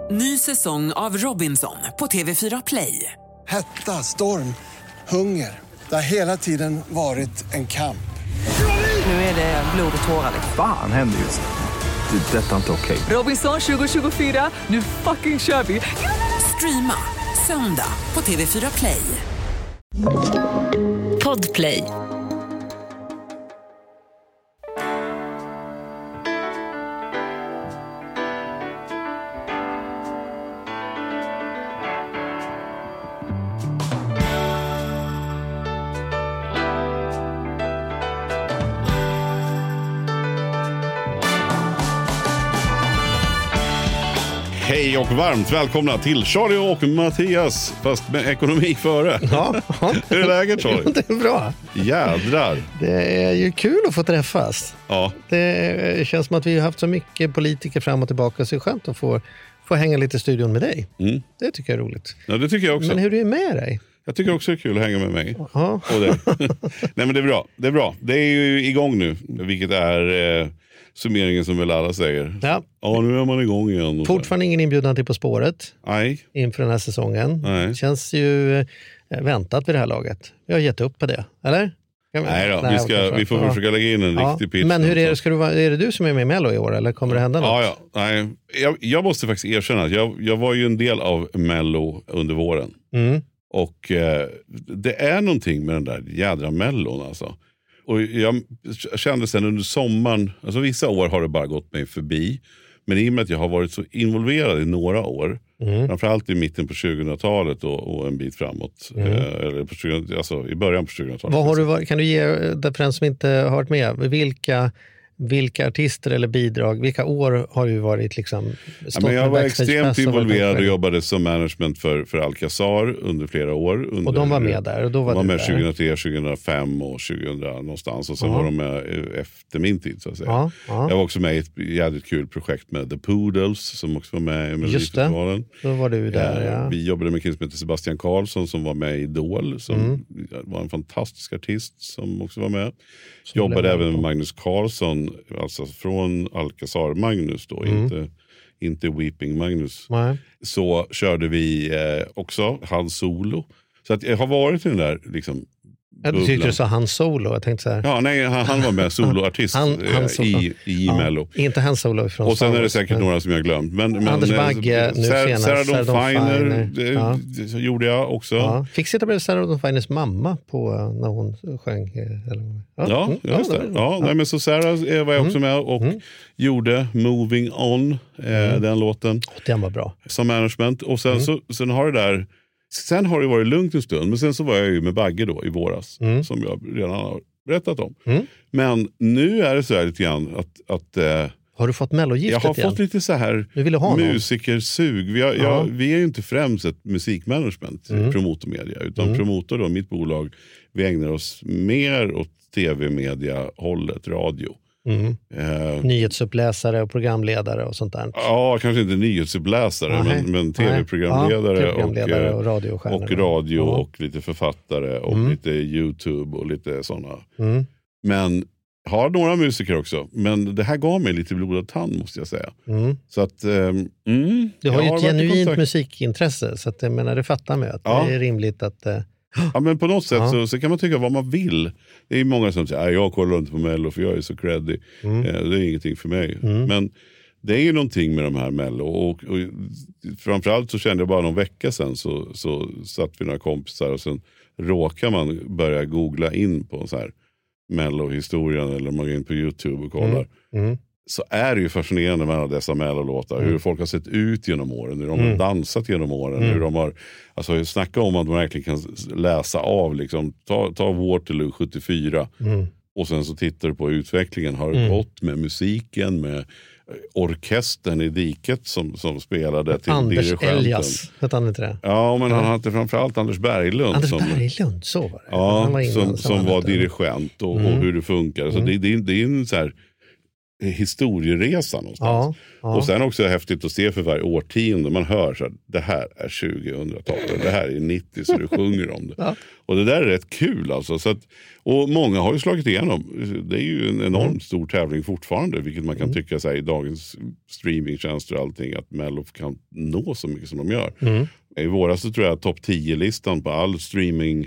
Ny säsong av Robinson på TV4 Play. Hetta, storm, hunger. Det har hela tiden varit en kamp. Nu är det blod och tårar. Fan händer just nu. Det. Detta är inte okej. Robinson 2024, nu fucking kör vi. Streama söndag på TV4 Play. Podplay. Hej och varmt välkomna till Charlie och Mattias, fast med ekonomi före. Ja. Hur är läget, Charlie? Det är bra. Jädrar. Det är ju kul att få träffas. Ja. Det känns som att vi har haft så mycket politiker fram och tillbaka, så det är skönt att få hänga lite i studion med dig. Mm. Det tycker jag är roligt. Ja, det tycker jag också. Men hur är det med dig? Jag tycker också det är kul att hänga med mig. Ja. Och dig. Nej, men det är bra. Det är bra. Det är ju igång nu, vilket är summeringen som väl alla säger. Ja, nu är man igång igen. fortfarande ingen inbjudan till På spåret. Nej. Inför den här säsongen. Nej. Det känns ju väntat vid det här laget. Vi har gett upp på det, eller? Nej då, vi får försöka lägga in en riktig pitch. Men hur är det? Är det du som är med i Mello i år, eller kommer det hända något? Ja. Nej. Jag måste faktiskt erkänna att jag var ju en del av Mello under våren. Mm. Och det är någonting med den där jädra Mellon alltså. Och jag kände sen under sommaren, alltså vissa år har det bara gått mig förbi. Men i och med att jag har varit så involverad i några år, framförallt i mitten på 2000-talet och en bit framåt, eller på i början på 2000-talet. Kan du ge, för den som inte har varit med, vilka artister eller bidrag, vilka år har du varit liksom stått men jag var backstage extremt involverad och och jobbade som management för Alcazar under flera år. och de var med där, och då var de du med där. 2003, 2005 och 2000 någonstans, och sen var de med efter min tid, så att säga. Jag var också med i ett jävligt kul projekt med The Poodles som också var med i Melodifestivalen. Då var du där, Vi jobbade med en kille som heter Sebastian Karlsson som var med i Idol, som var en fantastisk artist som också var med. Jobbade även med Magnus Carlsson, alltså från Alcazar Magnus då, inte Weeping Magnus. Nej. Så körde vi också hans solo. Så att jag har varit i den där liksom Jag tyckte du sa Han Solo, jag tänkte så här. Ja, nej, han var med soloartist i Mello. Inte Han Solo ifrån. Och sen är det säkert några som jag har glömt. Men Anders Bagge nu senast. Sarah Dawn Finer gjorde jag också. Ja. Fick sitta med Sarah Dawn Finers mamma på när hon sjöng. Just det. Nej, men så Sarah var jag också med och gjorde Moving On, den låten. Den var bra. Som management. Och sen har det där... Sen har det varit lugnt en stund, men sen så var jag ju med Bagge då i våras, som jag redan har berättat om. Men nu är det så här lite grann att har du fått mellogiftet jag har fått lite så här musikersug. Vi är ju inte främst ett musikmanagement, promotormedia, utan promotor då, mitt bolag, vi ägnar oss mer åt tv-media-hållet, radio. Nyhetsuppläsare och programledare och sånt där. Ja, kanske inte nyhetsuppläsare, men tv-programledare och radiostjärnor. Och radio och lite författare och lite YouTube och lite sådana. Men har några musiker också. Men det här gav mig lite blodad tand, måste jag säga. Så att du har ju ett genuint musikintresse, så att jag menar, det fattar mig att det är rimligt att... Ja, men på något sätt så kan man tycka vad man vill. Det är många som säger jag kollar inte på Mello för jag är så creddy. Det är ingenting för mig. Men det är ju någonting med de här Mello. Och framförallt så kände jag bara någon vecka sedan så satt vi några kompisar och sen råkar man börja googla in på så här Mello-historien, eller man går in på YouTube och kollar. Så är det ju fascinerande med alla dessa Mello-låtar. Hur folk har sett ut genom åren. Hur de har dansat genom åren. Hur de har, alltså snacka om att man verkligen kan läsa av liksom, ta Waterloo 74. Och sen så tittar du på utvecklingen. Har det gått med musiken, med orkestern i diket som spelade till Anders dirigenten. Elias, hette han inte det? Ja, men han hade framförallt Anders Berglund. Berglund, så var det. Ja, som var dirigent och hur det funkar. Så det är en så här historieresa någonstans. Ja. Och sen också häftigt att se för varje årtionde. Man hör så att det här är 2000-talet, det här är 90 så du sjunger om det. Ja. Och det där är rätt kul alltså. Så att, och många har ju slagit igenom. Det är ju en enormt stor tävling fortfarande, vilket man kan tycka sig i dagens streamingtjänster och allting, att Mello kan nå så mycket som de gör. I våras så tror jag topp 10-listan på all streaming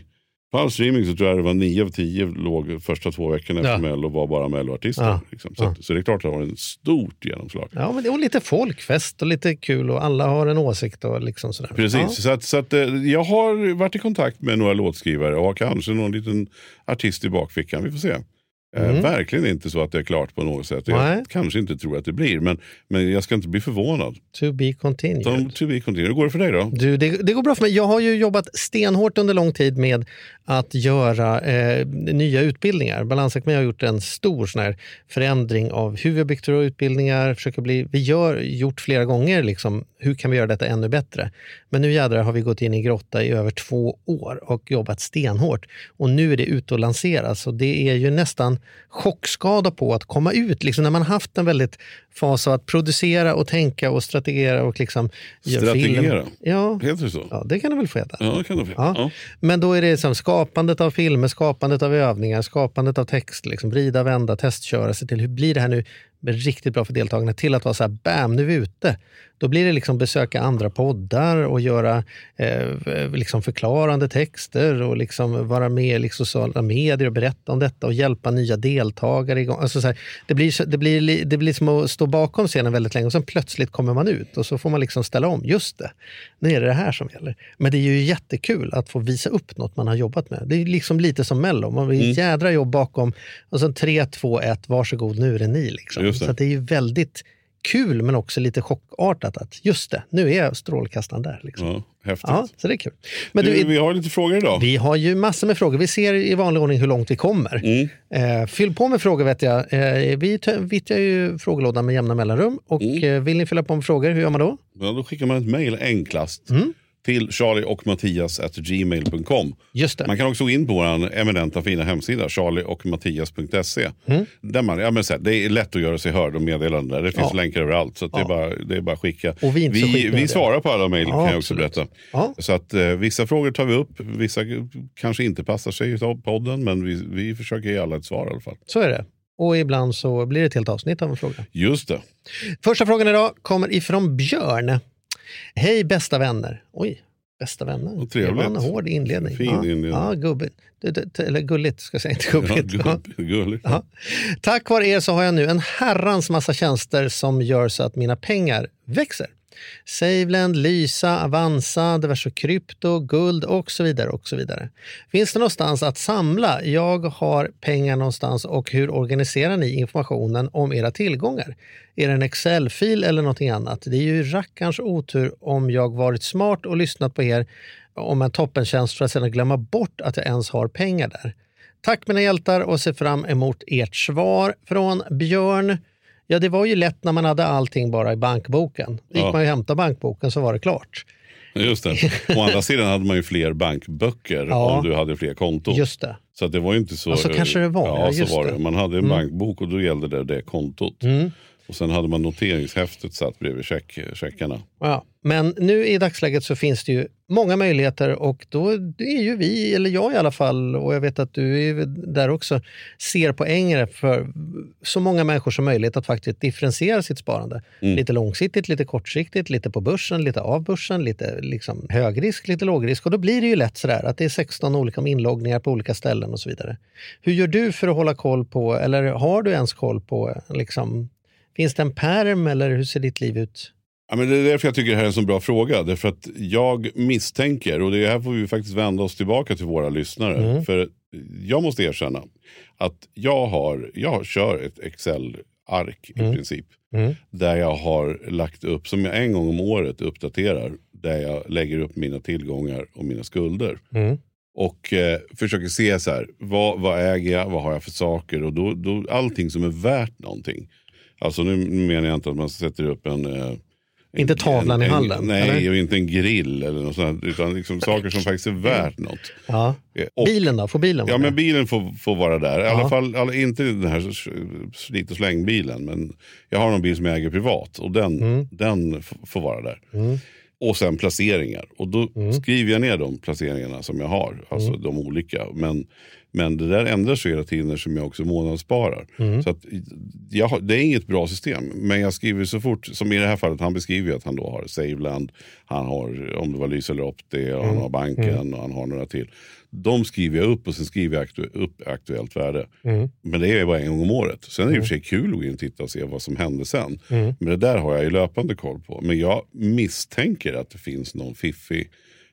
så tror jag det var 9 av 10 låg första 2 veckorna efter Mello var bara Mello-artister. Ja. Liksom. Så det är klart att det har en stort genomslag. Ja, men det är lite folkfest och lite kul och alla har en åsikt och liksom sådär. Precis, så att jag har varit i kontakt med några låtskrivare och kanske någon liten artist i bakfickan, vi får se. Verkligen inte så att det är klart på något sätt. Jag kanske inte tror att det blir, men jag ska inte bli förvånad. To be continued. Hur går det för dig då? Du, det går bra för mig. Jag har ju jobbat stenhårt under lång tid med att göra nya utbildningar. Balansakademien har gjort en stor sån här förändring av hur vi har byggt våra utbildningar. Vi har gjort flera gånger liksom, hur kan vi göra detta ännu bättre? Men nu jädrar har vi gått in i grotta i över 2 år och jobbat stenhårt. Och nu är det ute och lanseras. Och det är ju nästan chockskada på att komma ut. Liksom när man haft en väldigt fas av att producera och tänka och strategera och liksom göra film. Ja. Heter det så? Ja, det kan det väl få heta. Ja, det kan det få. Ja. Men då är det som skapandet av filmer, skapandet av övningar, skapandet av text, liksom vrida, vända, testköra sig till hur blir det här nu riktigt bra för deltagarna till att vara så här, bam, nu är vi ute. Då blir det liksom besöka andra poddar och göra liksom förklarande texter och liksom vara med i liksom sociala medier och berätta om detta och hjälpa nya deltagare igång. Alltså så här, det blir som att stå bakom scenen väldigt länge och sen plötsligt kommer man ut och så får man liksom ställa om. Just det, nu är det här som gäller. Men det är ju jättekul att få visa upp något man har jobbat med. Det är liksom lite som Mello. Man vill jädra jobb bakom och sen 3, 2, 1, varsågod, nu är det ni liksom. Så att det är ju väldigt kul men också lite chockartat att just det, nu är strålkastaren där. Liksom. Ja, häftigt. Ja, så det är kul. Men vi har lite frågor idag. Vi har ju massor med frågor. Vi ser i vanlig ordning hur långt vi kommer. Fyll på med frågor vet jag. Vi vittjar ju frågelådan med jämna mellanrum. Och vill ni fylla på med frågor, hur gör man då? Ja, då skickar man ett mejl enklast. Till charlieochmattias@gmail.com. Just det. Man kan också gå in på vår eminenta fina hemsida charlieochmattias.se. Där man, det är lätt att göra sig hörd och meddelande där. Det finns länkar överallt så att det är bara att skicka. Och vi svarar på alla mejl kan jag också absolut. berätta. Ja. Så att vissa frågor tar vi upp, vissa kanske inte passar sig i podden, men vi försöker ge alla ett svar i alla fall. Så är det. Och ibland så blir det ett helt avsnitt av en fråga. Just det. Första frågan idag kommer ifrån Björn. Hej bästa vänner. Oj, bästa vänner. Trevligt. Det var en hård inledning. Fin inledning. Ja, gubbigt. Eller gulligt ska jag säga, inte gubbigt. Gulligt. Ja. Tack vare er så har jag nu en herrans massa tjänster som gör så att mina pengar växer. Saveland, Lysa, Avanza, diverse krypto, guld och så vidare och så vidare. Finns det någonstans att samla? Jag har pengar någonstans och hur organiserar ni informationen om era tillgångar? Är det en Excel-fil eller någonting annat? Det är ju rackarns otur om jag varit smart och lyssnat på er om en toppentjänst för att sedan glömma bort att jag ens har pengar där. Tack mina hjältar och ser fram emot ert svar från Björn. Ja, det var ju lätt när man hade allting bara i bankboken. Gick man ju hämta bankboken så var det klart. Just det. Å andra sidan hade man ju fler bankböcker om du hade fler konton. Just det. Så att det var ju inte så... Och så kanske det var. Ja, så var det. Man hade en bankbok och då gällde det kontot. Och sen hade man noteringshäftet satt bredvid checkarna. Ja, men nu i dagsläget så finns det ju många möjligheter och då är ju vi, eller jag i alla fall, och jag vet att du är där också, ser poänger för så många människor som möjligt att faktiskt differentiera sitt sparande. Lite långsiktigt, lite kortsiktigt, lite på börsen, lite av börsen, lite liksom högrisk, lite lågrisk. Och då blir det ju lätt sådär att det är 16 olika inloggningar på olika ställen och så vidare. Hur gör du för att hålla koll på, eller har du ens koll på liksom... Finns det en pärm eller hur ser ditt liv ut? Ja, men det är därför jag tycker det här är en så bra fråga. Därför att jag misstänker, och det här får vi faktiskt vända oss tillbaka till våra lyssnare. För jag måste erkänna att jag kör ett Excel-ark i princip. Där jag har lagt upp, som jag en gång om året uppdaterar, där jag lägger upp mina tillgångar och mina skulder. Och försöker se så här, vad äger jag, vad har jag för saker, och då allting som är värt någonting. Alltså nu menar jag inte att man sätter upp Inte tavlan i hallen? Nej, eller? och inte en grill eller något sånt, utan liksom saker som faktiskt är värt något. Ja. Och, bilen då? Får bilen vara Ja, där? men bilen får vara där. I alla fall, inte den här slit- och slängbilen, men jag har någon bil som jag äger privat och den får vara där. Och sen placeringar. Och då skriver jag ner de placeringarna som jag har. Alltså de olika. Men det där ändrar sig hela tiden som jag också månadssparar. Så att det är inget bra system. Men jag skriver så fort, som i det här fallet, han beskriver att han då har Saveland. Han har, om det var Lys eller Opti, och han har banken och han har några till. De skriver jag upp och sen skriver jag upp aktuellt värde. Men det är bara en gång om året. Sen är det i och för sig kul att gå in och titta och se vad som händer sen. Men det där har jag ju löpande koll på. Men jag misstänker att det finns någon fiffig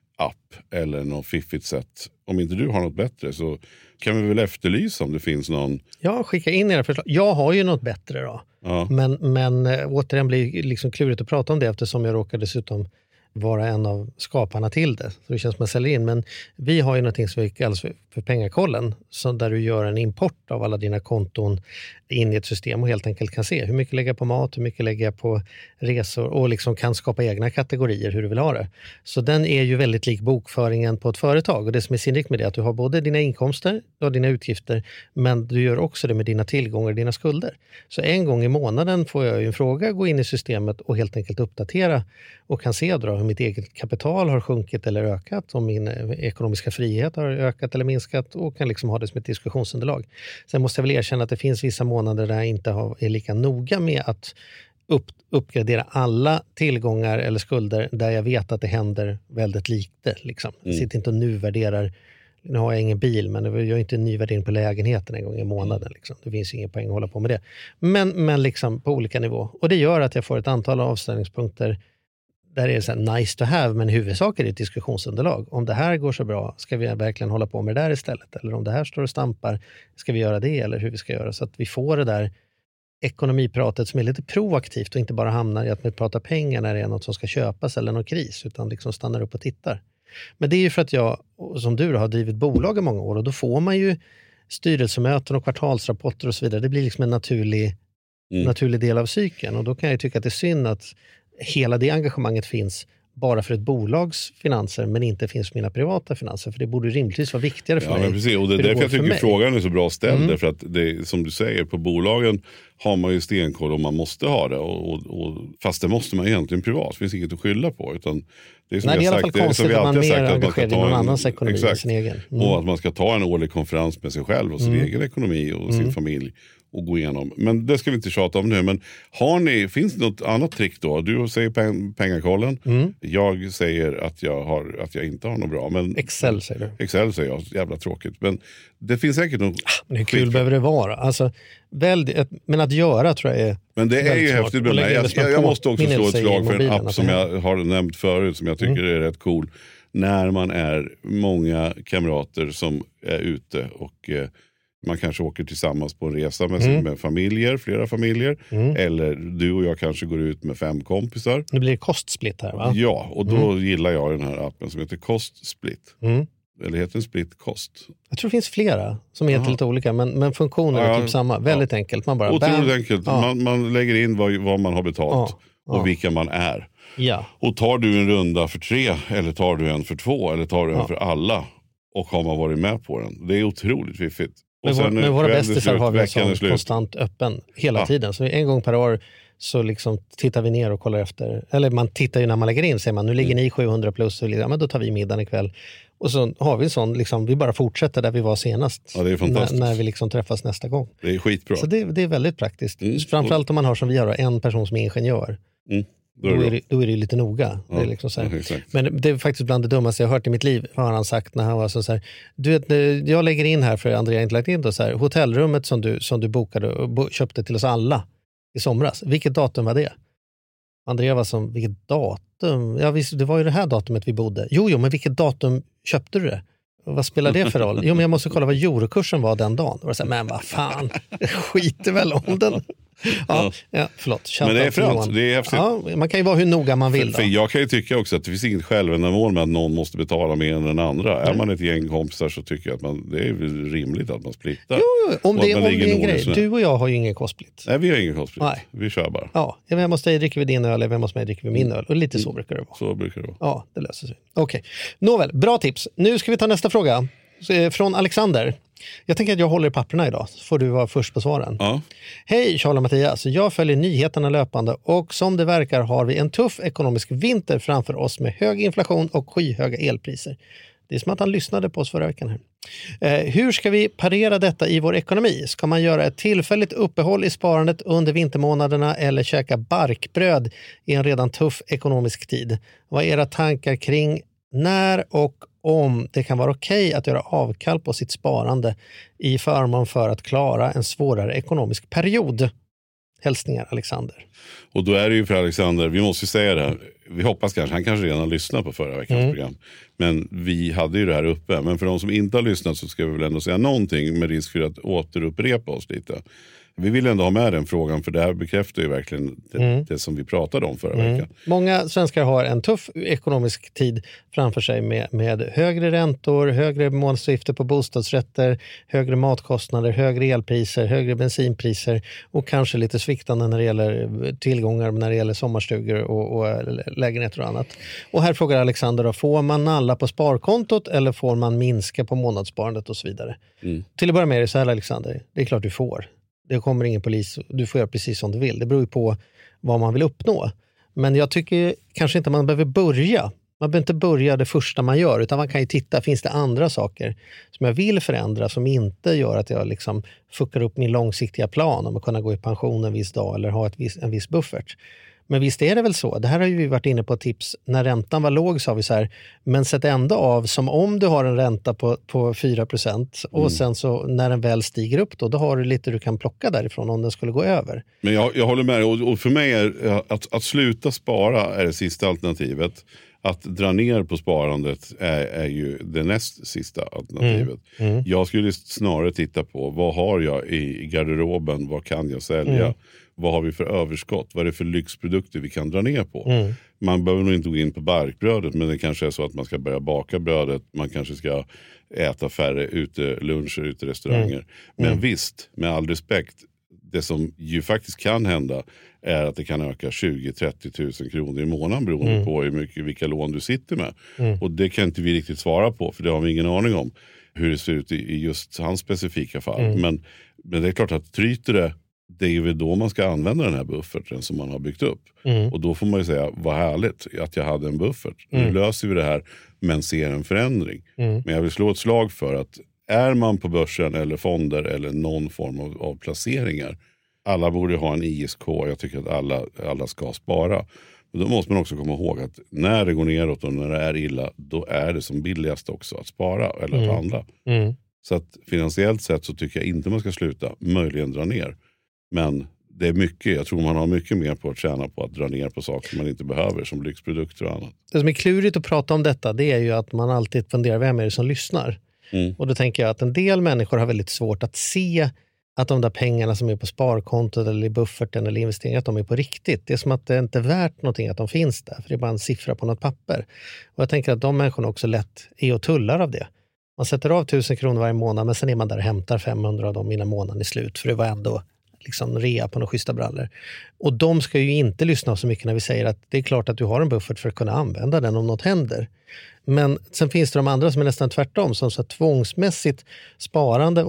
app eller något fiffigt sätt. Om inte du har något bättre så kan vi väl efterlysa om det finns någon. Ja, skicka in era förslag. Jag har ju något bättre då. Ja. Men återigen blir det liksom klurigt att prata om det eftersom jag råkar dessutom vara en av skaparna till det. Så det känns som att jag säljer in. Men vi har ju någonting som vi kallar för pengakollen. Så där du gör en import av alla dina konton in i ett system och helt enkelt kan se hur mycket lägger jag på mat, hur mycket lägger jag på resor och liksom kan skapa egna kategorier hur du vill ha det. Så den är ju väldigt lik bokföringen på ett företag. Och det som är sinnrikt med det är att du har både dina inkomster och dina utgifter, men du gör också det med dina tillgångar och dina skulder. Så en gång i månaden får jag ju en fråga, gå in i systemet och helt enkelt uppdatera och kan se då hur mitt eget kapital har sjunkit eller ökat, om min ekonomiska frihet har ökat eller minskat och kan liksom ha det som ett diskussionsunderlag. Sen måste jag väl erkänna att det finns vissa månader där jag inte är lika noga med att uppgradera alla tillgångar eller skulder där jag vet att det händer väldigt lite. Liksom. Jag sitter inte och nuvärderar, nu har jag ingen bil men jag gör inte en nyvärdering på lägenheten en gång i månaden. Liksom. Det finns ingen poäng att hålla på med det. Men liksom på olika nivå. Och det gör att jag får ett antal avställningspunkter där är det så här nice to have, men huvudsak är det ett diskussionsunderlag. Om det här går så bra, ska vi verkligen hålla på med det där istället? Eller om det här står och stampar, ska vi göra det eller hur vi ska göra? Så att vi får det där ekonomipratet som är lite proaktivt och inte bara hamnar i att man pratar pengar när det är något som ska köpas eller någon kris, utan liksom stannar upp och tittar. Men det är ju för att jag, som du har drivit bolag i många år och då får man ju styrelsemöten och kvartalsrapporter och så vidare. Det blir liksom en naturlig del av cykeln och då kan jag ju tycka att det är synd att hela det engagemanget finns bara för ett bolags finanser men inte finns för mina privata finanser, för det borde rimligtvis vara viktigare för mig. Men precis. Och det är därför jag tycker frågan är så bra ställd, därför att det, som du säger, på bolagen har man ju stenkoll om man måste ha det och fast det måste man egentligen privat, det finns inget att skylla på, utan det är som det är i alla fall konstigt att man är mer engagerad i någon annans ekonomi än sin egen. Och att man ska ta en årlig konferens med sig själv och sin egen ekonomi och sin familj och gå igenom. Men det ska vi inte tjata om nu. Men finns det något annat trick då? Du säger pengakollen. Jag säger att jag inte har något bra. Men Excel säger du. Excel säger jag. Jävla tråkigt. Men det finns säkert något. Men hur kul behöver det vara? Alltså, men att göra tror jag är. Men det är ju häftigt. Jag måste också slå ett slag för en app som jag har nämnt förut som jag tycker är rätt cool. När man är många kamrater som är ute och man kanske åker tillsammans på en resa med flera familjer. Eller du och jag kanske går ut med 5 kompisar. Det blir kostsplit här, va? Ja, och då gillar jag den här appen som heter Kostsplit. Eller heter den Split Kost? Jag tror det finns flera som heter lite olika, men funktionen är typ samma. Väldigt enkelt. Man bara otroligt enkelt. Man lägger in vad man har betalt och vilka man är. Ja. Och tar du en runda för 3 eller tar du en för 2 eller tar du en för alla och har man varit med på den. Det är otroligt fiffigt. Men våra bästisar har vi alltså konstant öppen hela tiden. Så en gång per år så liksom tittar vi ner och kollar efter. Eller man tittar ju när man lägger in, säger man nu ligger ni 700 plus, men då tar vi middagen ikväll. Och så har vi en sån, liksom, vi bara fortsätter där vi var senast. Ja, det är fantastiskt. När vi liksom träffas nästa gång. Det är skitbra. Så det är väldigt praktiskt. Framförallt om man har som vi har en person som är ingenjör. Då är det ju lite noga. Ja, det är liksom så här. Men det är faktiskt bland det dummaste jag har hört i mitt liv, har han sagt när han var så här. Du vet, jag lägger in här för Andrea inte lagt in då, så här, hotellrummet som du bokade och köpte till oss alla i somras. Vilket datum var det? Andrea var som, vilket datum? Ja visst, det var ju det här datumet vi bodde. Jo, men vilket datum köpte du det? Vad spelar det för roll? Jo, men jag måste kolla vad eurokursen var den dagen. Och så här, men vad fan, skiter väl om den. Förlåt. Men det är främt, det är häftigt. Ja, man kan ju vara hur noga man vill. För jag kan ju tycka också att det finns inget självändamål med att någon måste betala mer än den andra. Är man ett gäng kompisar så tycker jag att det är rimligt att man splittar. Jo, om det är en grej. Du och jag har ju ingen kostsplit. Nej, vi har ingen kostsplit. Vi kör bara. Ja, vem hos dig dricker vi din öl, vem hos mig dricker vi min öl. Och lite så brukar det vara. Så brukar det vara. Ja, det löser sig. Okej. Nåväl, bra tips. Nu ska vi ta nästa fråga. Från Alexander. Jag tänker att jag håller i papperna idag, så får du vara först på svaren. Ja. Hej Charles och Mattias, jag följer nyheterna löpande och som det verkar har vi en tuff ekonomisk vinter framför oss med hög inflation och skyhöga elpriser. Det är som att han lyssnade på oss förra veckan här. Hur ska vi parera detta i vår ekonomi? Ska man göra ett tillfälligt uppehåll i sparandet under vintermånaderna eller käka barkbröd i en redan tuff ekonomisk tid? Vad är era tankar kring när och om det kan vara okej att göra avkall på sitt sparande i förmån för att klara en svårare ekonomisk period? Hälsningar Alexander. Och då är det ju för Alexander, vi måste ju säga det här, vi hoppas han kanske redan lyssnat på förra veckans program. Men vi hade ju det här uppe. Men för de som inte har lyssnat så ska vi väl ändå säga någonting med risk för att återupprepa oss lite. Vi vill ändå ha med den frågan för det här bekräftar ju verkligen det som vi pratade om förra veckan. Många svenskar har en tuff ekonomisk tid framför sig med högre räntor, högre månadsavgifter på bostadsrätter, högre matkostnader, högre elpriser, högre bensinpriser och kanske lite sviktande när det gäller tillgångar när det gäller sommarstugor och lägenheter och annat. Och här frågar Alexander då, får man nalla på sparkontot eller får man minska på månadssparandet och så vidare? Till att börja med är det så här Alexander, det är klart du får. Det kommer ingen polis, du får göra precis som du vill. Det beror ju på vad man vill uppnå. Men jag tycker kanske inte man behöver börja. Man behöver inte börja det första man gör utan man kan ju titta, finns det andra saker som jag vill förändra som inte gör att jag liksom fuckar upp min långsiktiga plan om att kunna gå i pension en viss dag eller ha en viss buffert. Men visst är det väl så. Det här har ju vi varit inne på tips. När räntan var låg sa vi så här, men sätt ändå av som om du har en ränta på 4% och sen så när den väl stiger upp då har du lite du kan plocka därifrån om den skulle gå över. Men jag håller med och för mig är att sluta spara är det sista alternativet. Att dra ner på sparandet är ju det näst sista alternativet. Jag skulle snarare titta på vad har jag i garderoben, vad kan jag sälja, vad har vi för överskott, vad är det för lyxprodukter vi kan dra ner på. Man behöver nog inte gå in på barkbrödet men det kanske är så att man ska börja baka brödet, man kanske ska äta färre luncher ute i restauranger. Men visst, med all respekt, det som ju faktiskt kan hända är att det kan öka 20-30 000 kronor i månaden beroende på vilka lån du sitter med. Och det kan inte vi riktigt svara på för det har vi ingen aning om hur det ser ut i just hans specifika fall. Men det är klart att tryter det är ju då man ska använda den här bufferten som man har byggt upp. Och då får man ju säga, vad härligt att jag hade en buffert. Nu löser vi det här men ser en förändring. Men jag vill slå ett slag för att är man på börsen eller fonder eller någon form av placeringar, alla borde ha en ISK. Jag tycker att alla ska spara. Men då måste man också komma ihåg att när det går neråt och när det är illa, då är det som billigast också att spara eller att handla. Så att finansiellt sett så tycker jag inte man ska sluta, möjligen dra ner. Men det är mycket, jag tror man har mycket mer på att tjäna på att dra ner på saker man inte behöver som lyxprodukter och annat. Det som är klurigt att prata om detta, det är ju att man alltid funderar vem är det som lyssnar. Och då tänker jag att en del människor har väldigt svårt att se att de där pengarna som är på sparkontot eller i bufferten eller investeringar, att de är på riktigt. Det är som att det inte är värt någonting att de finns där, för det är bara en siffra på något papper. Och jag tänker att de människorna också lätt är och tullar av det. Man sätter av 1000 kronor varje månad men sen är man där och hämtar 500 av dem innan månaden är slut, för det var ändå liksom rea på några schyssta brallor. Och de ska ju inte lyssna så mycket när vi säger att det är klart att du har en buffert för att kunna använda den om något händer. Men sen finns det de andra som är nästan tvärtom, som så tvångsmässigt sparande.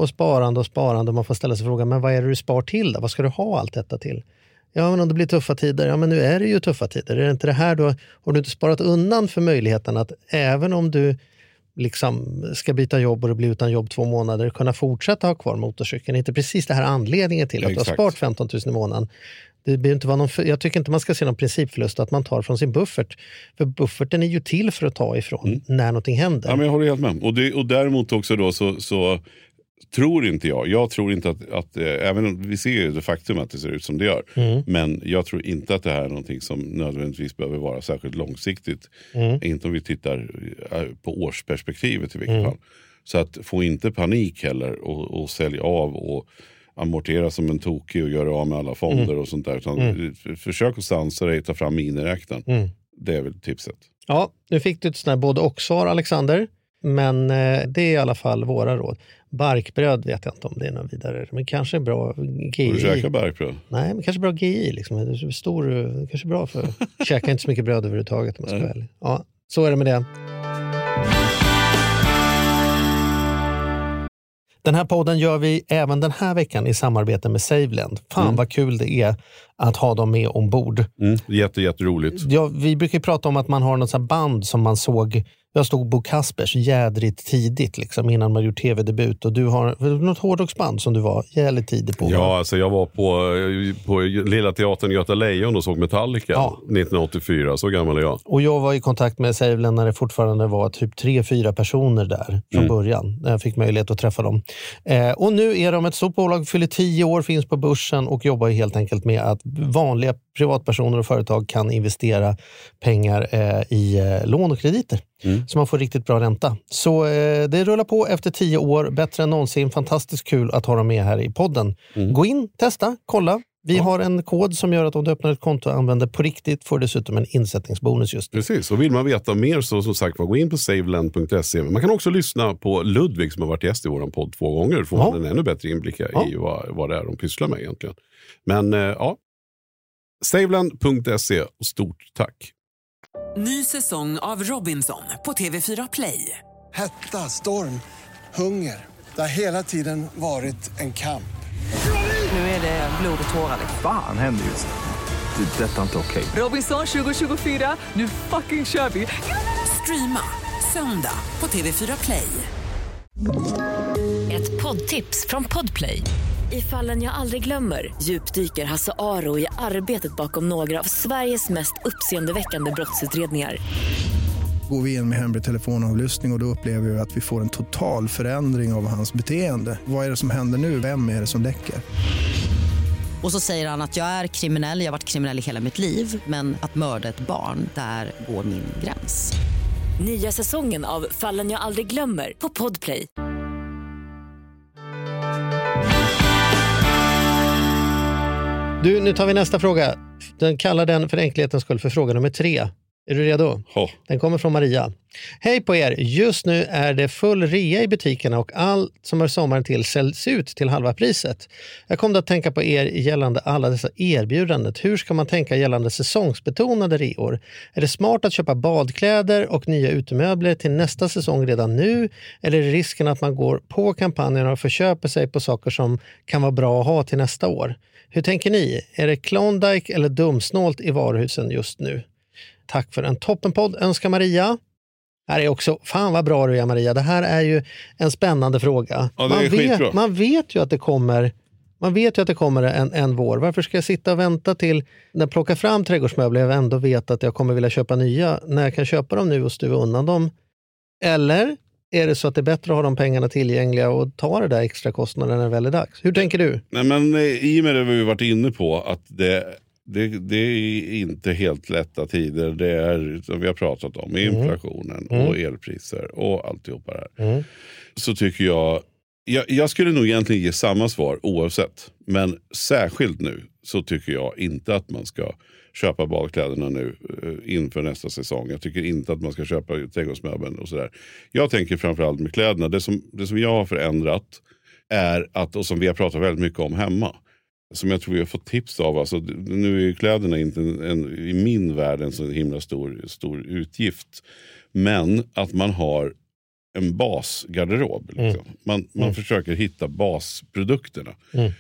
Man får ställa sig frågan, men vad är det du spar till då? Vad ska du ha allt detta till? Ja, men om det blir tuffa tider, ja men nu är det ju tuffa tider. Är det inte det här då? Har du inte sparat undan för möjligheten att även om du liksom ska byta jobb och du blir utan jobb 2 månader, kunna fortsätta ha kvar motorcykeln? Inte precis det här anledningen till att du har sparat 15 000 i månaden. Det behöver inte vara jag tycker inte man ska se någon principförlust att man tar från sin buffert. För bufferten är ju till för att ta ifrån när någonting händer. Ja, men jag håller helt med. Och däremot också då så tror inte jag tror inte att även om vi ser ju det faktum att det ser ut som det gör. Men jag tror inte att det här är någonting som nödvändigtvis behöver vara särskilt långsiktigt. Inte om vi tittar på årsperspektivet i vilket fall. Så att få inte panik heller och sälja av och amortera som en tokig och göra av med alla fonder och sånt där. Utan försök att sansa dig, ta fram miniräknaren. Det är väl tipset. Ja, nu fick du ett sånt här både och svar, Alexander. Men det är i alla fall våra råd. Barkbröd vet jag inte om det är något vidare. Men kanske bra GI. Får du käka barkbröd? Nej, men kanske bra GI. Liksom. Det är stor, kanske bra för käka inte så mycket bröd överhuvudtaget. Om man ska välja. Ja, så är det med det. Den här podden gör vi även den här veckan i samarbete med SaveLend. Fan vad kul det är att ha dem med ombord. Jätteroligt. Ja, vi brukar ju prata om att man har något sånt band som man såg. Jag stod Bo Kaspers jädrigt tidigt liksom, innan man gjort tv-debut. Och du har något hårdrocksband som du var jävligt tidig på. Ja, alltså jag var på Lilla Teatern Göta Lejon och såg Metallica 1984. Så gammal är jag. Och jag var i kontakt med SaveLend när det fortfarande var typ 3-4 personer där från början. När jag fick möjlighet att träffa dem. Och nu är de ett stort bolag, fyller 10 år, finns på börsen och jobbar helt enkelt med att vanliga privatpersoner och företag kan investera pengar i lån och krediter. Så man får riktigt bra ränta. Så det rullar på efter 10 år. Bättre än någonsin. Fantastiskt kul att ha dem med här i podden. Gå in, testa, kolla. Vi har en kod som gör att om du öppnar ett konto och använder på riktigt får dessutom en insättningsbonus just nu. Precis, och vill man veta mer så som sagt gå in på savelend.se. Man kan också lyssna på Ludvig som har varit gäst i vår podd 2 gånger. Får man en ännu bättre inblick i vad det är de pysslar med egentligen. Men savelend.se och stort tack. Ny säsong av Robinson på TV4 Play. Hetta, storm, hunger. Det har hela tiden varit en kamp. Nu är det blod och tårar. Fan händer just det. Det är detta inte okej. Robinson 2024, nu fucking kör vi. Streama söndag på TV4 Play. Ett poddtips från Podplay. I Fallen jag aldrig glömmer djupdyker Hasse Aro i arbetet bakom några av Sveriges mest uppseendeväckande brottsutredningar. Går vi in med hemlig telefonavlyssning och då upplever vi att vi får en total förändring av hans beteende. Vad är det som händer nu? Vem är det som läcker? Och så säger han att jag är kriminell, jag har varit kriminell i hela mitt liv. Men att mörda ett barn, där går min gräns. Nya säsongen av Fallen jag aldrig glömmer på Podplay. Du, nu tar vi nästa fråga. Den kallar den för enkelhetens skull för fråga nummer 3. Är du redo? Ja. Den kommer från Maria. Hej på er! Just nu är det full rea i butikerna och allt som hör sommaren till säljs ut till halva priset. Jag kom att tänka på er gällande alla dessa erbjudandet. Hur ska man tänka gällande säsongsbetonade reor? Är det smart att köpa badkläder och nya utemöbler till nästa säsong redan nu? Eller är det risken att man går på kampanjerna och förköper sig på saker som kan vara bra att ha till nästa år? Hur tänker ni? Är det Klondike eller dumsnålt i varuhusen just nu? Tack för en toppenpodd, önskar Maria. Här är också, fan vad bra du är Maria. Det här är ju en spännande fråga. Ja, det är skitbra. Man vet ju att det kommer en vår. Varför ska jag sitta och vänta till när jag plockar fram trädgårdsmöbler och ändå vet att jag kommer vilja köpa nya när jag kan köpa dem nu och stuva undan dem? Eller är det så att det är bättre att ha de pengarna tillgängliga och ta det där extra kostnaden när det väl är dags? Hur tänker du? Nej, men i och med det vi varit inne på att det är inte helt lätta tider. Det är som vi har pratat om, inflationen och elpriser och alltihopa det här. Så tycker jag skulle nog egentligen ge samma svar oavsett. Men särskilt nu så tycker jag inte att man ska köpa badkläderna nu inför nästa säsong. Jag tycker inte att man ska köpa trädgårdsmöbeln och sådär. Jag tänker framförallt med kläderna. Det som jag har förändrat är att, och som vi har pratat väldigt mycket om hemma, som jag tror jag har fått tips av. Alltså, nu är ju kläderna inte i min värld en så himla stor utgift. Men att man har en basgarderob. Liksom. Man försöker hitta basprodukterna.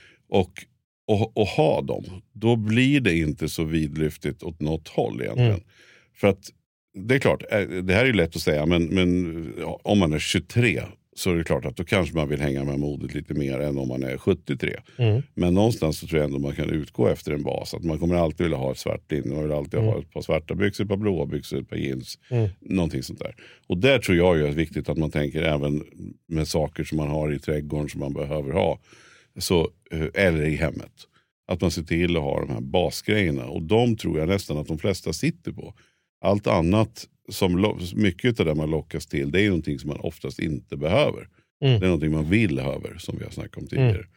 Och ha dem. Då blir det inte så vidlyftigt åt något håll egentligen. För att det är klart, det här är ju lätt att säga. Men om man är 23 så är det klart att då kanske man vill hänga med modet lite mer än om man är 73. Men någonstans så tror jag ändå man kan utgå efter en bas. Att man kommer alltid vilja ha ett svart linne. Man vill alltid ha ett par svarta byxor, ett par blåa byxor, ett par jeans. Någonting sånt där. Och där tror jag ju är viktigt att man tänker även med saker som man har i trädgården som man behöver ha. Så, eller i hemmet. Att man ser till att ha de här basgrejerna. Och de tror jag nästan att de flesta sitter på. Allt annat, som mycket av det man lockas till, det är någonting som man oftast inte behöver. Det är någonting man vill över, som vi har snackat om tidigare.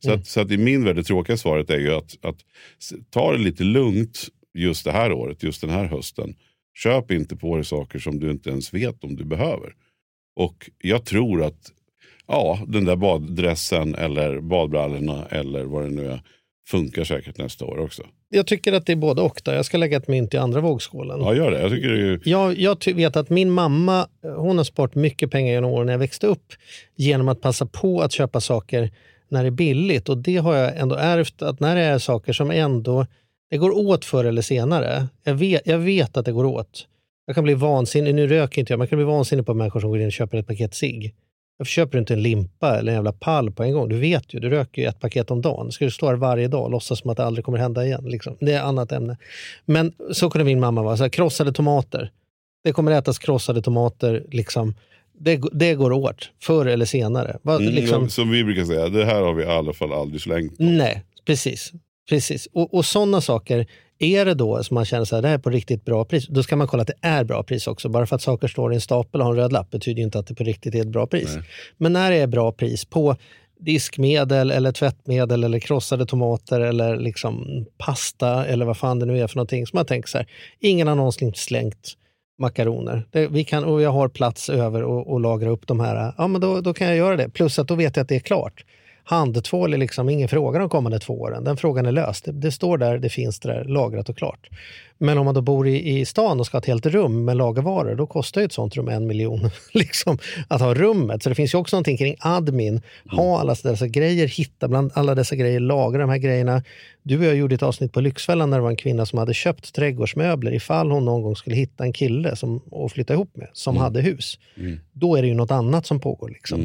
Så att i min värld, det tråkiga svaret är ju att ta det lite lugnt just det här året, just den här hösten. Köp inte på dig saker som du inte ens vet om du behöver. Och jag tror att den där baddressen eller badbrallorna eller vad det nu är funkar säkert nästa år också. Jag tycker att det är både och då. Jag ska lägga ett mynt i andra vågskålen. Ja, gör det. Jag tycker det är ju... Jag vet att min mamma, hon har sparat mycket pengar genom åren när jag växte upp genom att passa på att köpa saker när det är billigt. Och det har jag ändå ärvt, att när det är saker som ändå, det går åt förr eller senare. Jag vet att det går åt. Jag kan bli vansinnig, nu röker inte jag, man kan bli vansinnig på människor som går in och köper ett paket cigg. Varför köper du inte en limpa eller en jävla pall på en gång? Du vet ju, du röker ju ett paket om dagen. Ska du stå här varje dag och låtsas som att det aldrig kommer hända igen? Liksom. Det är ett annat ämne. Men så kunde min mamma vara. Så här, krossade tomater. Det kommer ätas krossade tomater. Liksom. Det går åt. Förr eller senare. Liksom... Som vi brukar säga, det här har vi i alla fall aldrig slängt. Nej, precis. Och sådana saker, är det då som man känner så här, det här är på riktigt bra pris, då ska man kolla att det är bra pris också. Bara för att saker står i en stapel och har en röd lapp betyder ju inte att det på riktigt är ett bra pris. Nej. Men när det är bra pris på diskmedel eller tvättmedel eller krossade tomater eller liksom pasta eller vad fan det nu är för någonting, som man tänker så här, ingen har någonsin slängt makaroner. Och jag har plats över och lagra upp de här. Ja, men då kan jag göra det. Plus att då vet jag att det är klart. Handtvål är liksom ingen fråga de kommande 2 åren. Den frågan är löst. Det står där, det finns där lagrat och klart. Men om man då bor i stan och ska ha ett helt rum med lagervaror, då kostar ju ett sånt rum 1 miljon liksom, att ha rummet. Så det finns ju också någonting kring admin. Ha alla dessa grejer, hitta bland alla dessa grejer, lagra de här grejerna. Du och jag gjorde ett avsnitt på Lyxfällan när det var en kvinna som hade köpt trädgårdsmöbler ifall hon någon gång skulle hitta en kille att flytta ihop med, som hade hus. Då är det ju något annat som pågår liksom.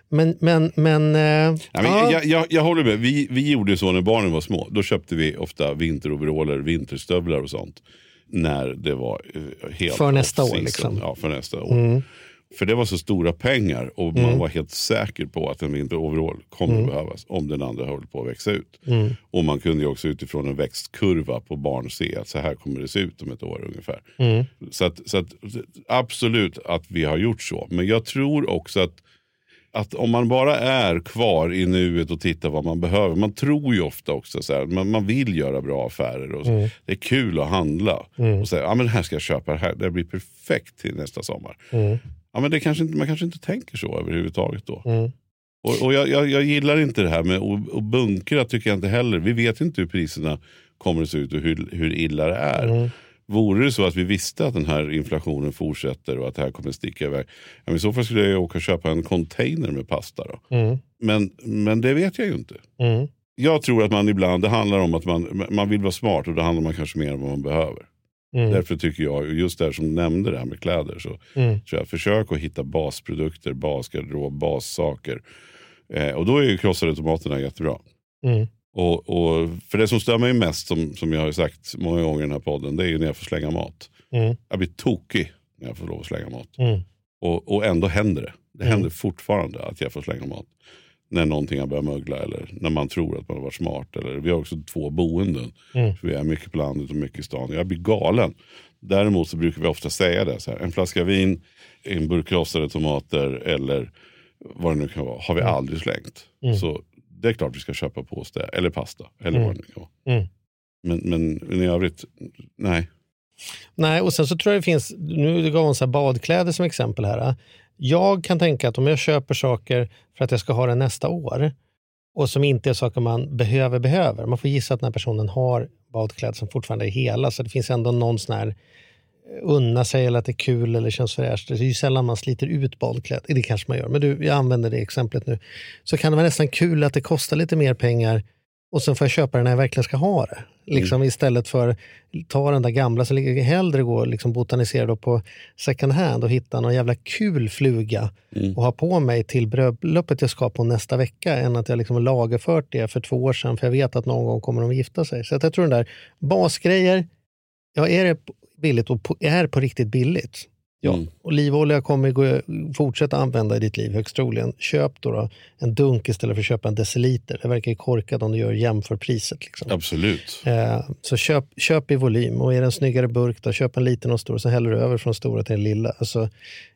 Jag håller med. Vi gjorde så när barnen var små. Då köpte vi ofta vinteroveraller, vinterstövlar och sånt. När det var helt för nästa år liksom. Ja, för nästa år. För det var så stora pengar och man var helt säker på att en vinteroverall kommer att behövas om den andra höll på att växa ut. Och man kunde ju också utifrån en växtkurva på barn se att så här kommer det se ut om ett år ungefär. Så att absolut att vi har gjort så. Men jag tror också att om man bara är kvar i nuet och tittar vad man behöver. Man tror ju ofta också så här, man vill göra bra affärer och det är kul att handla och säga, men här ska jag köpa det här, det blir perfekt till nästa sommar. Ja, men man kanske inte tänker så överhuvudtaget då. Och jag gillar inte det här med att bunkra, tycker jag inte heller. Vi vet inte hur priserna kommer att se ut och hur illa det är. Vore det så att vi visste att den här inflationen fortsätter och att det här kommer sticka iväg, i så fall skulle jag åka och köpa en container med pasta då. Men det vet jag ju inte. Jag tror att man ibland, det handlar om att man vill vara smart och då handlar man kanske mer om vad man behöver. Därför tycker jag, just där som nämnde det här med kläder, så tror jag, försök att hitta basprodukter, basgarderob, bassaker. Och då är ju krossade tomaterna jättebra. Och för det som stör mig mest, som jag har sagt många gånger i den här podden, det är ju när jag får slänga mat. Jag blir tokig när jag får lov att slänga mat. Och ändå händer det. Det händer fortfarande att jag får slänga mat. När någonting har börjat mögla eller när man tror att man har varit smart. Eller, vi har också 2 boenden. Så vi är mycket på landet och mycket i stan. Jag blir galen. Däremot så brukar vi ofta säga det så här. En flaska vin, en burk krossade tomater eller vad det nu kan vara, har vi aldrig slängt. Så det är klart vi ska köpa på oss det. Eller pasta. Eller vad det nu kan vara. Men i övrigt, nej. Nej, och sen så tror jag det finns, nu gav hon så här badkläder som exempel här. Jag kan tänka att om jag köper saker för att jag ska ha det nästa år och som inte är saker man behöver. Man får gissa att den här personen har badkläder som fortfarande är hela, så det finns ändå någon sån här unna sig eller att det är kul eller känns fräscht. Det är ju sällan man sliter ut badkläder. Det kanske man gör, men jag använder det exemplet nu. Så kan det vara nästan kul att det kostar lite mer pengar och sen får jag köpa den när jag verkligen ska ha det. Liksom istället för ta den där gamla, så ligger hellre gå och liksom botanisera då på second hand och hitta någon jävla kul fluga och ha på mig till bröllopet jag ska på nästa vecka, än att jag liksom lagerfört det för 2 år sedan för jag vet att någon gång kommer de gifta sig. Så att jag tror den där basgrejer, är det billigt och är på riktigt billigt. Ja, olivolja kommer fortsätta använda i ditt liv högst troligen. Köp då en dunk istället för att köpa en deciliter. Det verkar ju korkat om du gör jämförpriset. Liksom. Absolut. Så köp i volym. Och är det en snyggare burk då, köp en liten och stor. Så häller du över från stora till en lilla. Alltså,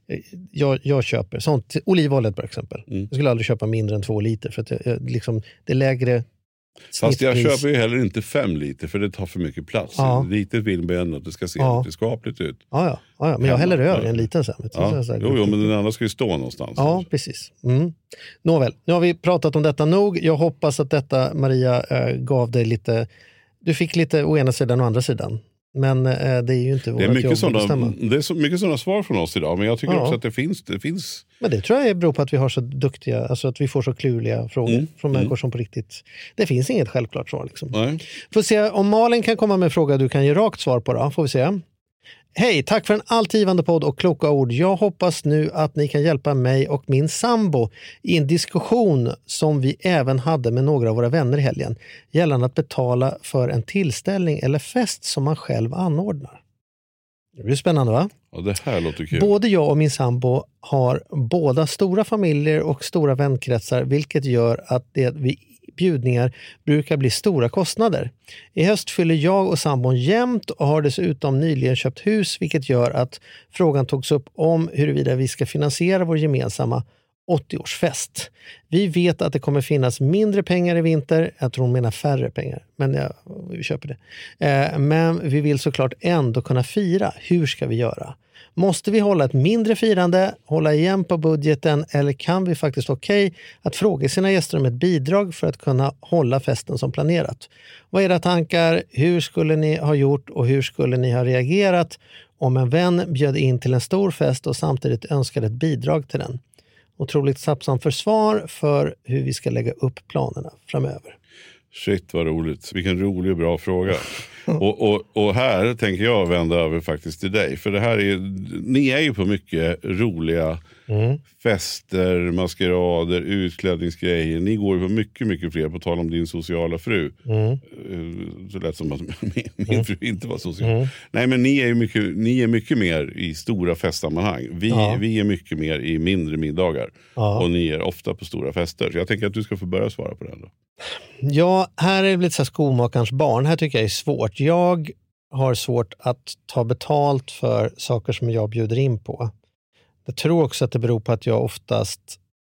jag köper sånt. Olivolja för exempel. Jag skulle aldrig köpa mindre än 2 liter. För att det är lägre. Fast jag köper ju heller inte 5 liter för det tar för mycket plats. Litet vill man ändå att det ska se lite skapligt ut. Ja, men jag häller över en liten sen. Jo, men den andra ska ju stå någonstans. Ja, precis. Nåväl, nu har vi pratat om detta nog. Jag hoppas att detta, Maria, gav dig lite... Du fick lite å ena sidan och andra sidan. Men det är ju inte vårt jobb att bestämma. Det är så mycket sådana svar från oss idag. Men jag tycker också att det finns... Men det tror jag beror på att vi har så duktiga, alltså att vi får så kluriga frågor från människor som på riktigt... Det finns inget självklart svar. Liksom. Nej. Får se om Malin kan komma med en fråga du kan ge rakt svar på då. Får vi se. Hej, tack för en alltgivande podd och kloka ord. Jag hoppas nu att ni kan hjälpa mig och min sambo i en diskussion som vi även hade med några av våra vänner i helgen. Gällande att betala för en tillställning eller fest som man själv anordnar. Det blir spännande, va? Ja, det här låter kul. Både jag och min sambo har båda stora familjer och stora vänkretsar, vilket gör att det vi bjudningar brukar bli stora kostnader. I höst fyller jag och sambon jämnt och har dessutom nyligen köpt hus, vilket gör att frågan togs upp om huruvida vi ska finansiera vår gemensamma 80-årsfest. Vi vet att det kommer finnas mindre pengar i vinter. Jag tror hon menar färre pengar. Men vi köper det. Men vi vill såklart ändå kunna fira. Hur ska vi göra? Måste vi hålla ett mindre firande, hålla igen på budgeten, eller kan vi faktiskt att fråga sina gäster om ett bidrag för att kunna hålla festen som planerat? Vad är era tankar? Hur skulle ni ha gjort och hur skulle ni ha reagerat om en vän bjöd in till en stor fest och samtidigt önskade ett bidrag till den? Otroligt tacksamt försvar för hur vi ska lägga upp planerna framöver. Shit, vad roligt. Vilken rolig och bra fråga. Och här tänker jag vända över faktiskt till dig. För det här ni är ju på mycket roliga fester, maskerader, utklädningsgrejer. Ni går ju på mycket, mycket fler, på tal om din sociala fru. Så lät som att min fru inte var social. Nej, men ni är mycket mer i stora festsammanhang. Vi är mycket mer i mindre middagar. Och ni är ofta på stora fester. Så jag tänker att du ska få börja svara på det då. Ja, här är det lite så här skomakarens barn. Här tycker jag är svårt. Jag har svårt att ta betalt för saker som jag bjuder in på. Jag tror också att det beror på att jag oftast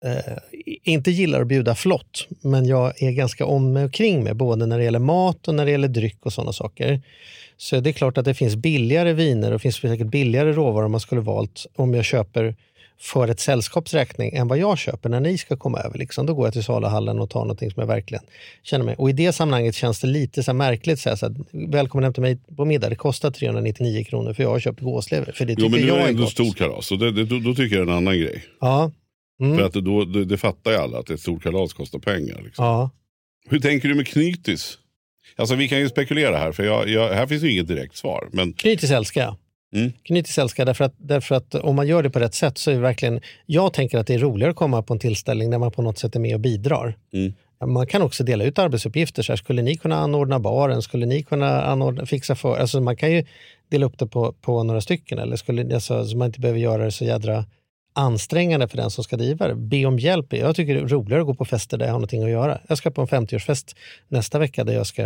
inte gillar att bjuda flott. Men jag är ganska om mig och kring mig, både när det gäller mat och när det gäller dryck och sådana saker. Så det är klart att det finns billigare viner och finns säkert billigare råvaror om man skulle valt om jag köper för ett sällskapsräkning än vad jag köper när ni ska komma över. Liksom. Då går jag till Salahallen och tar någonting som jag verkligen känner mig. Och i det sammanhanget känns det lite så här märkligt så här, välkommen hem till mig på middag. Det kostar 399 kronor för jag har köpt gåslever. För det tycker men jag är är ändå gott. Stort kalas. Så då tycker jag det är en annan grej. Ja. För att det fattar ju alla att ett stort kalas kostar pengar. Liksom. Ja. Hur tänker du med knytis? Alltså vi kan ju spekulera här, för här finns ju inget direkt svar. Men... Knytis älskar jag. Knytis älskar därför att om man gör det på rätt sätt så är det verkligen, jag tänker att det är roligare att komma på en tillställning där man på något sätt är med och bidrar. Man kan också dela ut arbetsuppgifter. Så här, skulle ni kunna anordna baren? Skulle ni kunna fixa för? Alltså man kan ju dela upp det på några stycken. Eller så man inte behöver göra det så jädra ansträngande för den som ska driva det. Be om hjälp. Jag tycker det är roligare att gå på fester där jag har någonting att göra. Jag ska på en 50-årsfest nästa vecka där jag ska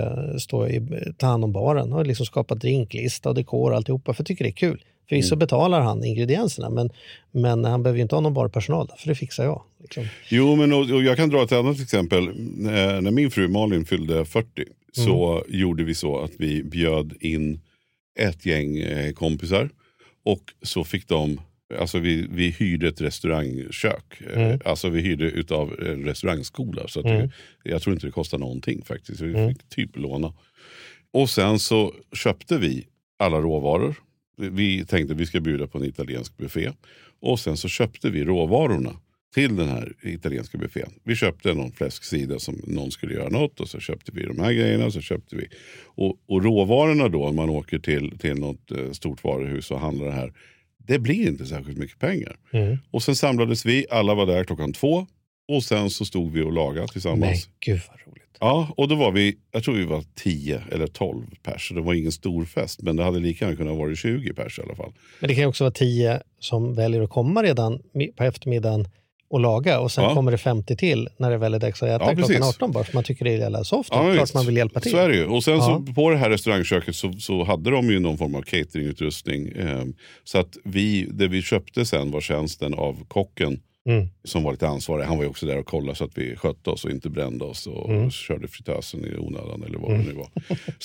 ta hand om baren och liksom skapa drinklista och dekor och alltihopa, för jag tycker det är kul. För så betalar han ingredienserna, men han behöver ju inte ha någon barpersonal, för det fixar jag. Liksom. Jo, men och jag kan dra ett annat exempel. När min fru Malin fyllde 40 så gjorde vi så att vi bjöd in ett gäng kompisar och så fick de, alltså vi hyrde ett restaurangkök. Alltså vi hyrde utav en restaurangskola. Så att jag tror inte det kostar någonting faktiskt. Vi fick typ låna. Och sen så köpte vi alla råvaror. Vi tänkte att vi ska bjuda på en italiensk buffé. Och sen så köpte vi råvarorna till den här italienska buffén. Vi köpte någon fläsksida som någon skulle göra något. Och så köpte vi de här grejerna. Så köpte vi. Och råvarorna då, om man åker till något stort varuhus och handlar det här. Det blir inte särskilt mycket pengar. Och sen samlades vi, alla var där 14:00. Och sen så stod vi och lagade tillsammans. Men gud vad roligt. Ja, och då var jag tror vi var 10 eller 12 pers. Det var ingen stor fest, men det hade lika gärna kunnat vara 20 pers i alla fall. Men det kan ju också vara 10 som väljer att komma redan på eftermiddagen och laga, och sen kommer det 50 till när det väl är dags att äta klockan 18 bara, för man tycker det är jävla soft. Ja, klart man vill hjälpa till. Så är det ju. Och sen så på det här restaurangköket så hade de ju någon form av cateringutrustning. Så att det vi köpte sen var tjänsten av kocken som var lite ansvarig. Han var ju också där och kollade så att vi skötte oss och inte brände oss och körde fritösen i onödan eller vad det nu var.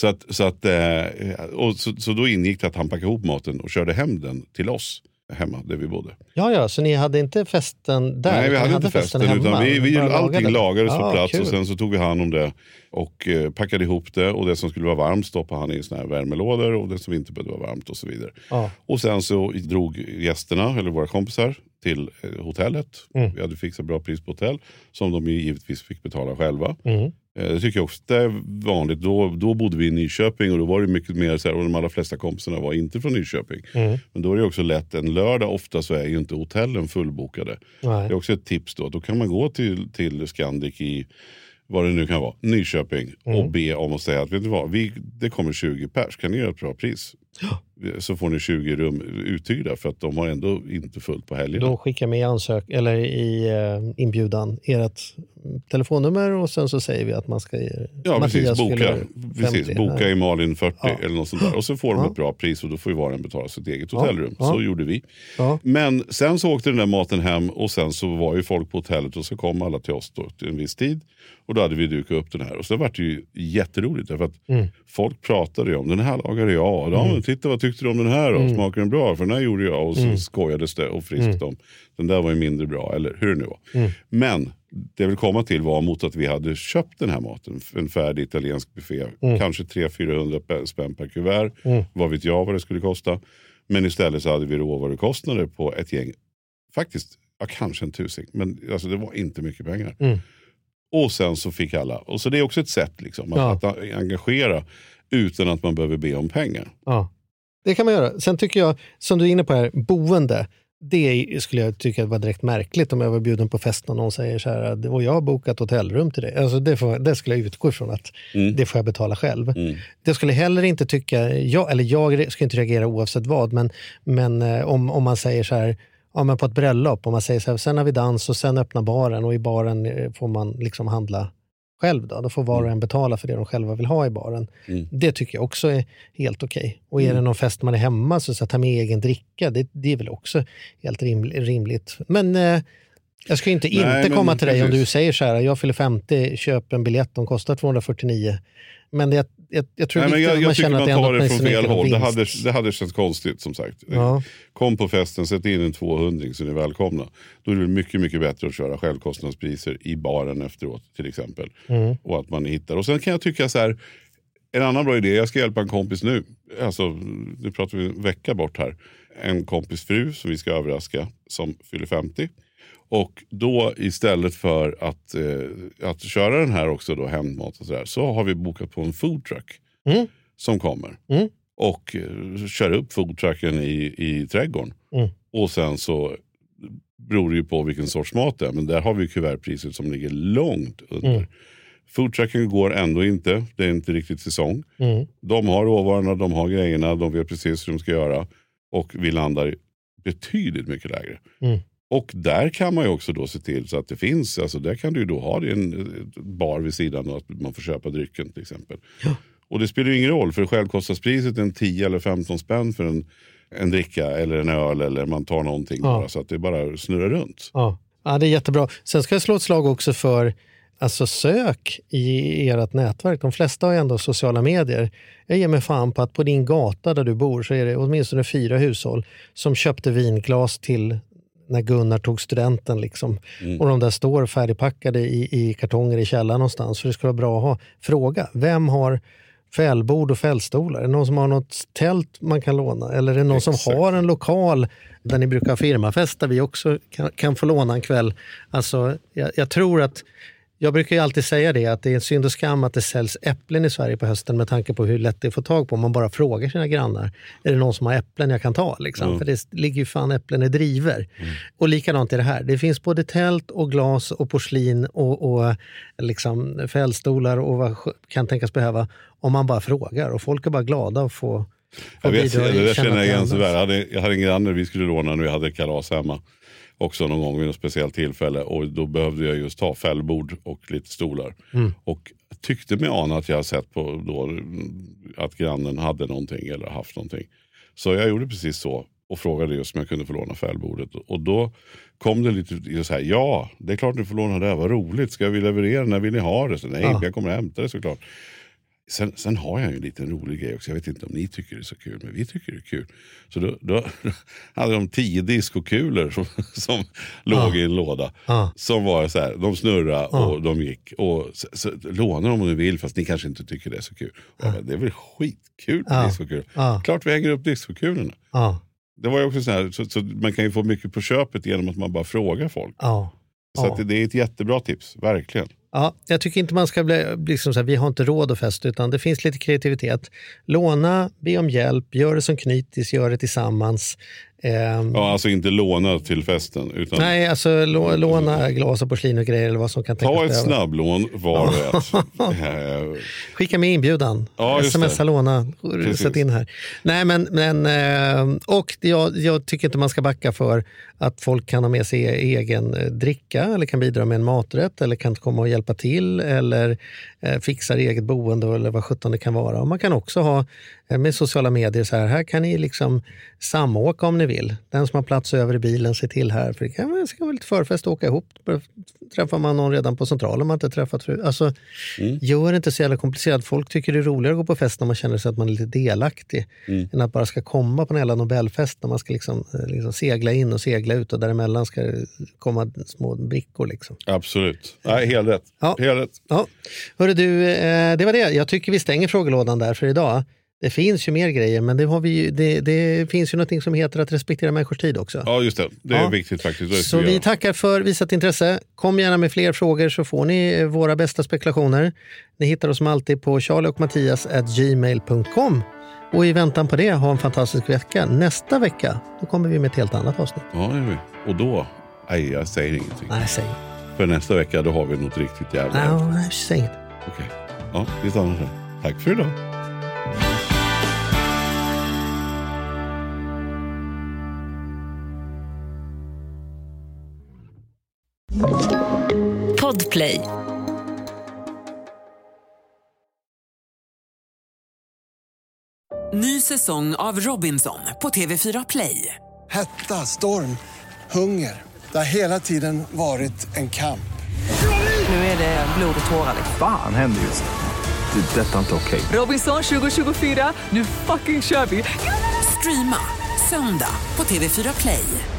Så då ingick det att han packade ihop maten och körde hem den till oss hemma där vi bodde. Ja, så ni hade inte festen där? Nej, vi hade inte festen utan vi allting lagades på plats, kul. och sen så tog vi hand om det och packade ihop det, och det som skulle vara varmt stoppade han i såna här värmelådor, och det som inte behövde vara varmt och så vidare. Och sen så drog gästerna, eller våra kompisar, till hotellet. Vi hade fixat bra pris på hotell som de ju givetvis fick betala själva. Det tycker jag också det är vanligt. Då bodde vi i Nyköping, och då var det mycket mer så här, och de allra flesta kompisarna var inte från Nyköping. Men då är det också lätt, en lördag ofta så är ju inte hotellen fullbokade. Nej. Det är också ett tips då kan man gå till Scandic i vad det nu kan vara, Nyköping, och be om att säga att vet du vad, det kommer 20 pers, kan ni göra ett bra pris? Så får ni 20 rum uthyrda, för att de har ändå inte fullt på helgen. Då skickar med i inbjudan ert telefonnummer, och sen så säger vi att man ska Mattias boka i Malin 40 eller något sånt där, och så får de ett bra pris, och då får ju var en betala sitt eget hotellrum. Så gjorde vi. Men sen så åkte den där maten hem, och sen så var ju folk på hotellet, och så kom alla till oss då till en viss tid, och då hade vi dukat upp den här, och så var det ju jätteroligt därför att folk pratade ju om den här lagade jag, titta vad tyckte du om den här då? Smakar den bra? För den här gjorde jag, och så skojades det och friskt om. Den där var ju mindre bra, eller hur det nu var. Men det vill komma till var mot att vi hade köpt den här maten, en färdig italiensk buffé, kanske 300-400 spänn per kuvert, vad vet jag vad det skulle kosta. Men istället så hade vi råvarukostnader på ett gäng, faktiskt kanske 1000, men alltså det var inte mycket pengar. Och sen så fick alla, och så det är också ett sätt liksom, att engagera utan att man behöver be om pengar. Ja, det kan man göra. Sen tycker jag, som du är inne på här, boende, det skulle jag tycka var direkt märkligt om jag var bjuden på fest och någon säger så här, och jag har bokat hotellrum till dig. Alltså det skulle jag utgå ifrån att det får jag betala själv. Det skulle heller inte tycka, jag ska inte reagera oavsett vad, men om man säger så här, men på ett bröllop, om man säger så här, sen har vi dans och sen öppnar baren, och i baren får man liksom handla själv då får var och en betala för det de själva vill ha i baren. Det tycker jag också är helt okej. Och är det någon fest man är hemma så ta med egen dricka, det är väl också helt rimligt. Men jag ska inte komma till dig om du säger så här, jag fyller 50, köp en biljett, de kostar 249. Men jag tror jag man tycker känner man att det tar det från fel håll. Det hade känts konstigt som sagt. Kom på festen, sätt in en 200 så ni är välkomna. Då är det mycket, mycket bättre att köra självkostnadspriser i baren efteråt till exempel. Och att man hittar. Och sen kan jag tycka så här, en annan bra idé, jag ska hjälpa en kompis nu. Alltså, nu pratar vi en vecka bort här. En kompis fru som vi ska överraska som fyller 50. Och då istället för att köra den här också då hemmat och sådär, så har vi bokat på en foodtruck som kommer. Och kör upp foodtrucken i trädgården. Och sen så beror det ju på vilken sorts mat det är. Men där har vi kuvertpriset som ligger långt under. Foodtrucken går ändå inte. Det är inte riktigt säsong. De har råvarorna, de har grejerna, de vet precis hur de ska göra. Och vi landar betydligt mycket lägre. Och där kan man ju också då se till så att det finns, alltså där kan du ju då ha en bar vid sidan och att man får köpa drycken till exempel. Och det spelar ju ingen roll, för självkostnadspriset är en 10 eller 15 spänn för en dricka eller en öl, eller man tar någonting bara, så att det bara snurrar runt. Ja, det är jättebra. Sen ska jag slå ett slag också för, alltså sök i ert nätverk. De flesta har ju ändå sociala medier. Jag ger mig fan på att på din gata där du bor så är det åtminstone 4 hushåll som köpte vinglas till när Gunnar tog studenten liksom. Och de där står färdigpackade i kartonger i källaren någonstans. Så det skulle vara bra att ha. Fråga, vem har fällbord och fällstolar? Är det någon som har något tält man kan låna? Eller är det någon som har en lokal där ni brukar ha firmafest där vi också kan få låna en kväll? Alltså, jag tror att Jag brukar ju alltid säga det, att det är en synd och skam att det säljs äpplen i Sverige på hösten med tanke på hur lätt det är att få tag på. Man bara frågar sina grannar, är det någon som har äpplen jag kan ta? Liksom? För det ligger ju fan äpplen i driver. Och likadant är det här. Det finns både tält och glas och porslin och liksom fällstolar och vad kan tänkas behöva om man bara frågar. Och folk är bara glada att få det där känna känner jag igen så väl. Jag hade en granne vi skulle låna när vi hade kalas hemma. Också någon gång vid något speciellt tillfälle. Och då behövde jag just ha fällbord och lite stolar. Och tyckte mig ana att jag hade sett på då att grannen hade någonting eller haft någonting. Så jag gjorde precis så. Och frågade just om jag kunde få låna fällbordet. Och då kom det lite så här, ja, det är klart ni får låna det. Vad roligt, ska vi leverera? När vill ni ha det? Så, nej, jag kommer att hämta det såklart. Sen har jag ju en liten rolig grej också. Jag vet inte om ni tycker det är så kul, men vi tycker det är kul. Så då hade de 10 diskokulor som låg i en låda. Som var så här, de snurrade och de gick. Och så lånar de om ni vill, fast ni kanske inte tycker det är så kul. Det är väl skitkul med diskokulor. Klart vi hänger upp diskokulorna. Det var ju också så här, så man kan ju få mycket på köpet genom att man bara frågar folk. Så att det är ett jättebra tips, verkligen. Ja, jag tycker inte man ska bli liksom så här, vi har inte råd att festa, utan det finns lite kreativitet. Låna, be om hjälp, gör det som knytis, gör det tillsammans. Ja, alltså inte låna till festen. Utan nej, alltså låna glas och porslin och grejer eller vad som kan tänkas. Ta ett snabblån var och ett. Skicka med inbjudan. Smsa låna, sätt in här. Nej, men och jag tycker inte man ska backa för att folk kan ha med sig egen dricka eller kan bidra med en maträtt eller kan komma och hjälpa till eller fixar eget boende eller vad 17 det kan vara. Och man kan också ha med sociala medier så här kan ni liksom samåka om ni vill. Den som har plats över i bilen, se till här. För det kan vara lite förfest och åka ihop. Träffar man någon redan på centralen man inte träffat förut. Alltså, gör det inte så jävla komplicerat. Folk tycker det är roligare att gå på fest när man känner sig att man är lite delaktig. Än att bara ska komma på en hela Nobelfest när man ska liksom segla in och segla ut och däremellan ska det komma små brickor liksom. Absolut. Nej, helt rätt. Ja. Helt rätt. Ja. Hörru du, det var det. Jag tycker vi stänger frågelådan där för idag. Det finns ju mer grejer, men det finns ju någonting som heter att respektera människors tid också. Ja, just det. Det är viktigt faktiskt. Så vi tackar för visat intresse. Kom gärna med fler frågor så får ni våra bästa spekulationer. Ni hittar oss som alltid på charlieochmattias@gmail.com. Och i väntan på det, ha en fantastisk vecka. Nästa vecka, då kommer vi med ett helt annat avsnitt. Ja, det är vi. Och då, jag säger ingenting. Nej, säg inget. För nästa vecka, då har vi något riktigt jävla. Nej, säg inget. Okej. Ja, vi stannar så. Tack för idag. Podplay. Ny säsong av Robinson på TV4 Play. Hetta, storm, hunger. Det har hela tiden varit en kamp. Nu är det blod och tårar. Fan händer just det. Detta är inte okej. Robinson 2024, nu fucking kör vi. Streama söndag på TV4 Play.